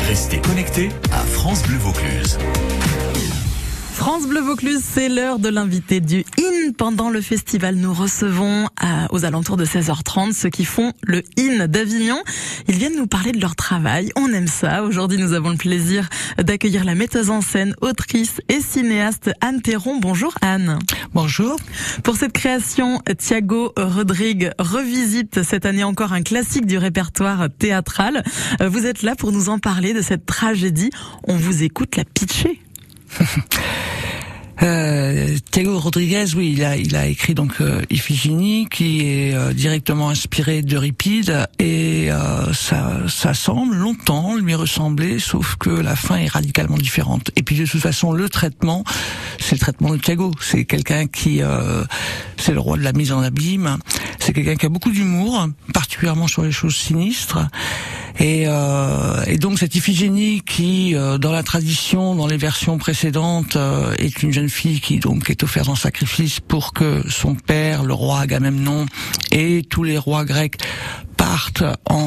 Restez connectés à France Bleu Vaucluse. France Bleu Vaucluse, c'est l'heure de l'invité du IN. Pendant le festival, nous recevons aux alentours de 16h30 ceux qui font le IN d'Avignon. Ils viennent nous parler de leur travail. On aime ça. Aujourd'hui, nous avons le plaisir d'accueillir la metteuse en scène, autrice et cinéaste Anne Théron. Bonjour Anne. Bonjour. Pour cette création, Thiago Rodrigue revisite cette année encore un classique du répertoire théâtral. Vous êtes là pour nous en parler de cette tragédie. On vous écoute la pitcher. Thiago Rodriguez, oui, il a écrit donc Iphigénie, qui est directement inspiré d'Euripide, et ça semble longtemps lui ressembler, sauf que la fin est radicalement différente. Et puis de toute façon, le traitement, c'est le traitement de Thiago. C'est quelqu'un qui, c'est le roi de la mise en abîme. C'est quelqu'un qui a beaucoup d'humour, particulièrement sur les choses sinistres. Et donc cette Iphigénie qui, dans la tradition, dans les versions précédentes, est une jeune fille qui donc est offerte en sacrifice pour que son père, le roi Agamemnon, et tous les rois grecs partent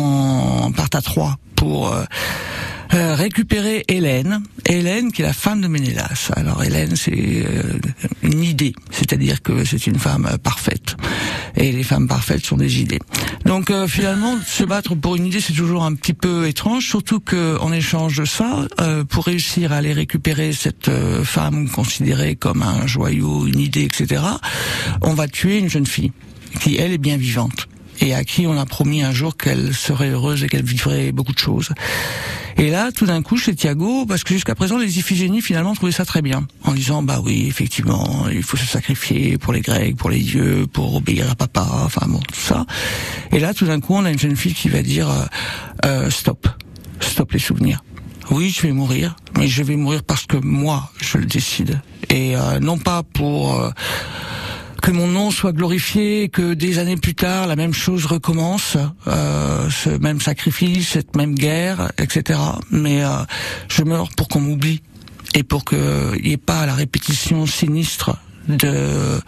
à Troie pour récupérer Hélène qui est la femme de Ménélas. Alors Hélène, c'est une idée, c'est-à-dire que c'est une femme parfaite, et les femmes parfaites sont des idées. Donc finalement, se battre pour une idée, c'est toujours un petit peu étrange, surtout que en échange de ça, pour réussir à aller récupérer cette femme considérée comme un joyau, une idée, etc., on va tuer une jeune fille qui, elle, est bien vivante, et à qui on a promis un jour qu'elle serait heureuse et qu'elle vivrait beaucoup de choses. Et là, tout d'un coup, chez Thiago, parce que jusqu'à présent, les Iphigénies, finalement, trouvaient ça très bien, en disant, bah oui, effectivement, il faut se sacrifier pour les Grecs, pour les dieux, pour obéir à papa, enfin bon, tout ça. Et là, tout d'un coup, on a une jeune fille qui va dire, stop les souvenirs. Oui, je vais mourir, mais je vais mourir parce que moi, je le décide. Et non pas pour que mon nom soit glorifié, que des années plus tard, la même chose recommence, ce même sacrifice, cette même guerre, etc. Mais je meurs pour qu'on m'oublie, et pour qu'il n'y ait pas la répétition sinistre de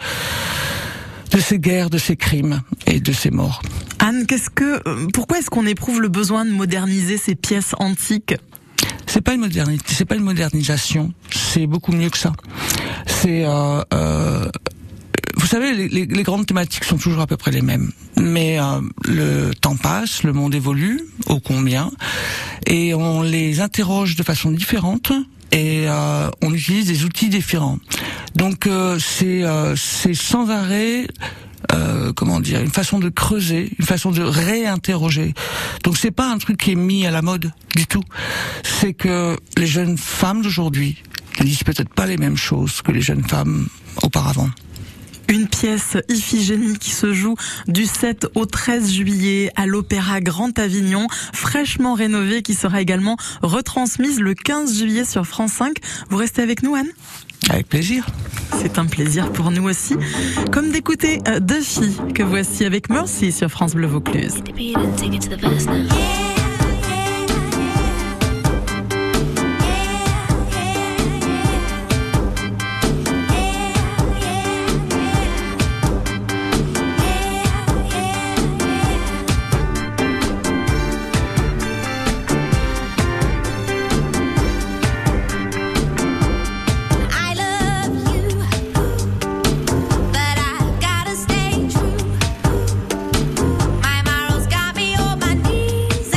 ces guerres, de ces crimes et de ces morts. Anne, pourquoi est-ce qu'on éprouve le besoin de moderniser ces pièces antiques ? C'est pas une modernisation, c'est beaucoup mieux que ça. C'est vous savez, les grandes thématiques sont toujours à peu près les mêmes, mais le temps passe, le monde évolue, ô combien, et on les interroge de façon différente, et on utilise des outils différents. Donc c'est sans arrêt, une façon de creuser, une façon de réinterroger. Donc c'est pas un truc qui est mis à la mode du tout. C'est que les jeunes femmes d'aujourd'hui ne disent peut-être pas les mêmes choses que les jeunes femmes auparavant. Une pièce Iphigénie qui se joue du 7 au 13 juillet à l'Opéra Grand Avignon, fraîchement rénovée, qui sera également retransmise le 15 juillet sur France 5. Vous restez avec nous, Anne ? Avec plaisir. C'est un plaisir pour nous aussi. Comme d'écouter deux filles que voici avec Mercy sur France Bleu Vaucluse. My morals got me on my knees.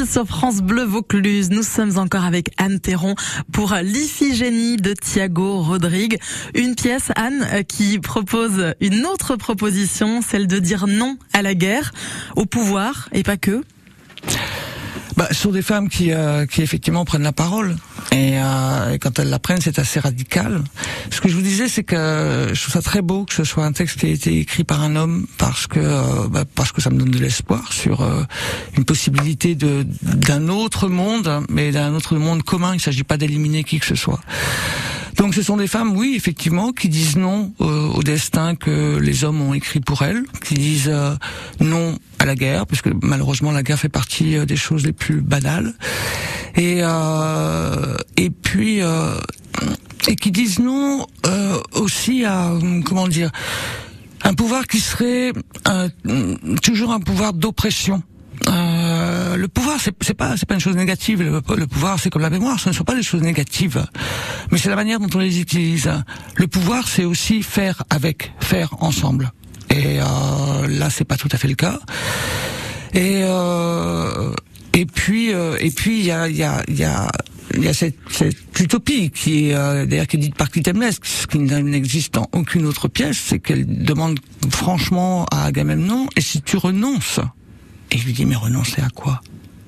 sur France Bleu Vaucluse. Nous sommes encore avec Anne Théron pour l'Iphigénie de Thiago Rodrigue. Une pièce, Anne, qui propose une autre proposition, celle de dire non à la guerre, au pouvoir, et pas que. Ce sont des femmes qui effectivement prennent la parole et quand elles la prennent, c'est assez radical. Ce que je vous disais, c'est que je trouve ça très beau que ce soit un texte qui a été écrit par un homme parce que ça me donne de l'espoir sur une possibilité d'un autre monde, mais d'un autre monde commun. Il ne s'agit pas d'éliminer qui que ce soit. Donc ce sont des femmes, oui, effectivement, qui disent non au destin que les hommes ont écrit pour elles, qui disent non à la guerre, parce que malheureusement la guerre fait partie des choses les plus banales, et qui disent non aussi à un pouvoir qui serait toujours un pouvoir d'oppression. Le pouvoir, c'est pas une chose négative. Le pouvoir, c'est comme la mémoire, ce ne sont pas des choses négatives, mais c'est la manière dont on les utilise. Le pouvoir, c'est aussi faire ensemble. Et là, c'est pas tout à fait le cas. Et puis il y a cette utopie qui est d'ailleurs qui est dite par Clytemnestre, ce qui n'existe dans aucune autre pièce, c'est qu'elle demande franchement à Agamemnon: et si tu renonces? Et je lui dis: mais renoncer à quoi?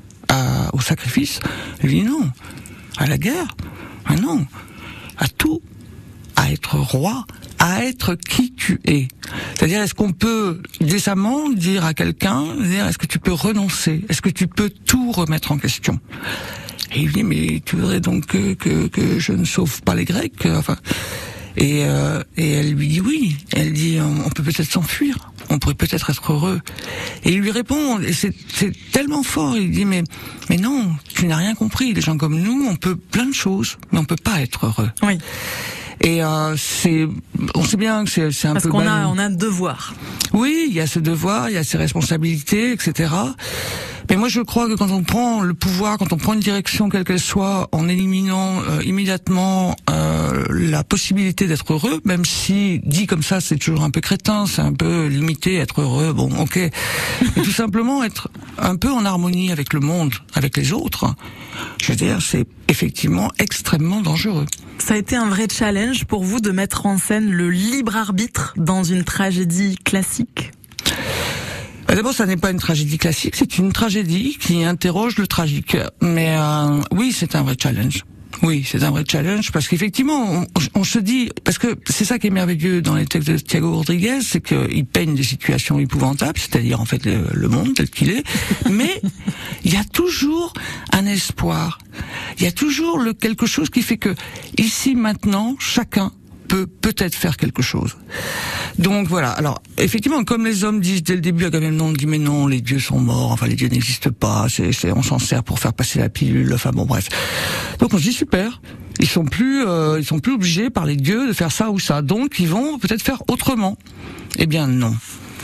Au sacrifice? Il lui dit: non. À la guerre? Mais non. À tout. À être roi, à être qui tu es. C'est-à-dire, est-ce qu'on peut décemment dire à quelqu'un, est-ce que tu peux renoncer? Est-ce que tu peux tout remettre en question? Et il lui dit: mais tu voudrais donc que je ne sauve pas les Grecs? Et elle lui dit oui. Elle dit: on peut peut-être s'enfuir. On pourrait peut-être être heureux. Et il lui répond, et c'est tellement fort, il dit: mais non, tu n'as rien compris. Les gens comme nous, on peut plein de choses, mais on peut pas être heureux. Oui. Et on sait bien que c'est un peu... Parce qu'on a un devoir. Oui, il y a ce devoir, il y a ces responsabilités, etc. Mais moi, je crois que quand on prend le pouvoir, quand on prend une direction quelle qu'elle soit, en éliminant immédiatement la possibilité d'être heureux, même si dit comme ça, c'est toujours un peu crétin, c'est un peu limité, être heureux, bon, ok. Mais tout simplement être un peu en harmonie avec le monde, avec les autres, je veux dire, c'est effectivement extrêmement dangereux. Ça a été un vrai challenge pour vous de mettre en scène le libre arbitre dans une tragédie classique? D'abord, ça n'est pas une tragédie classique, c'est une tragédie qui interroge le tragique. Mais oui, c'est un vrai challenge. Oui, c'est un vrai challenge parce qu'effectivement, on se dit, parce que c'est ça qui est merveilleux dans les textes de Thiago Rodrigue, c'est qu'il peigne des situations épouvantables, c'est-à-dire en fait le monde tel qu'il est, mais il y a toujours un espoir. Il y a toujours quelque chose qui fait que ici maintenant, chacun peut peut-être faire quelque chose. Donc voilà. Alors effectivement, comme les hommes disent dès le début, Agamemnon dit: mais non, les dieux sont morts. Enfin, les dieux n'existent pas. On s'en sert pour faire passer la pilule. Enfin bon, bref. Donc on se dit: super. Ils sont plus obligés par les dieux de faire ça ou ça. Donc ils vont peut-être faire autrement. Eh bien non.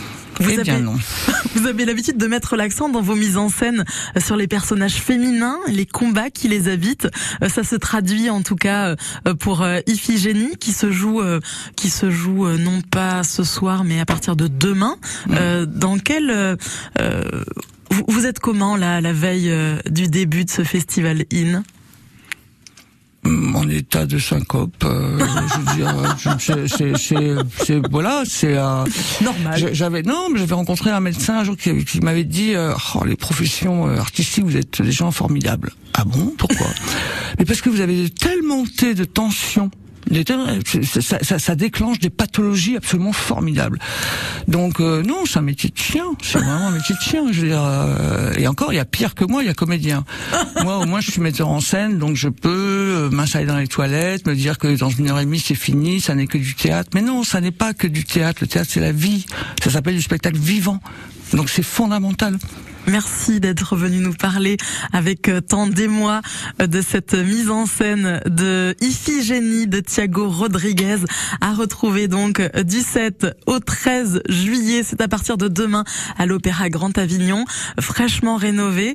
Vous avez l'habitude de mettre l'accent dans vos mises en scène sur les personnages féminins, les combats qui les habitent. Ça se traduit en tout cas pour Iphigénie qui se joue non pas ce soir mais à partir de demain. Dans quel vous êtes comment là la veille du début de ce festival IN? En état de syncope, je veux dire, c'est normal. J'avais rencontré un médecin un jour qui m'avait dit: les professions artistiques, vous êtes des gens formidables. Ah bon? Pourquoi? Mais parce que vous avez une telle montée de tension. Ça déclenche des pathologies absolument formidables. Donc non, c'est un métier de chien. C'est vraiment un métier de chien. Je veux dire, et encore, il y a pire que moi, il y a comédien. Moi, au moins, je suis metteur en scène, donc je peux m'installer dans les toilettes, me dire que dans 1h30 c'est fini, ça n'est que du théâtre. Mais non, ça n'est pas que du théâtre. Le théâtre, c'est la vie. Ça s'appelle du spectacle vivant. Donc c'est fondamental. Merci d'être venu nous parler avec tant d'émoi de cette mise en scène de Iphigénie de Thiago Rodrigue, à retrouver donc du 7 au 13 juillet. C'est à partir de demain à l'Opéra Grand Avignon, fraîchement rénové,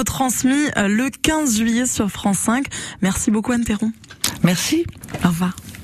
retransmis le 15 juillet sur France 5. Merci beaucoup Anne Théron. Merci. Au revoir.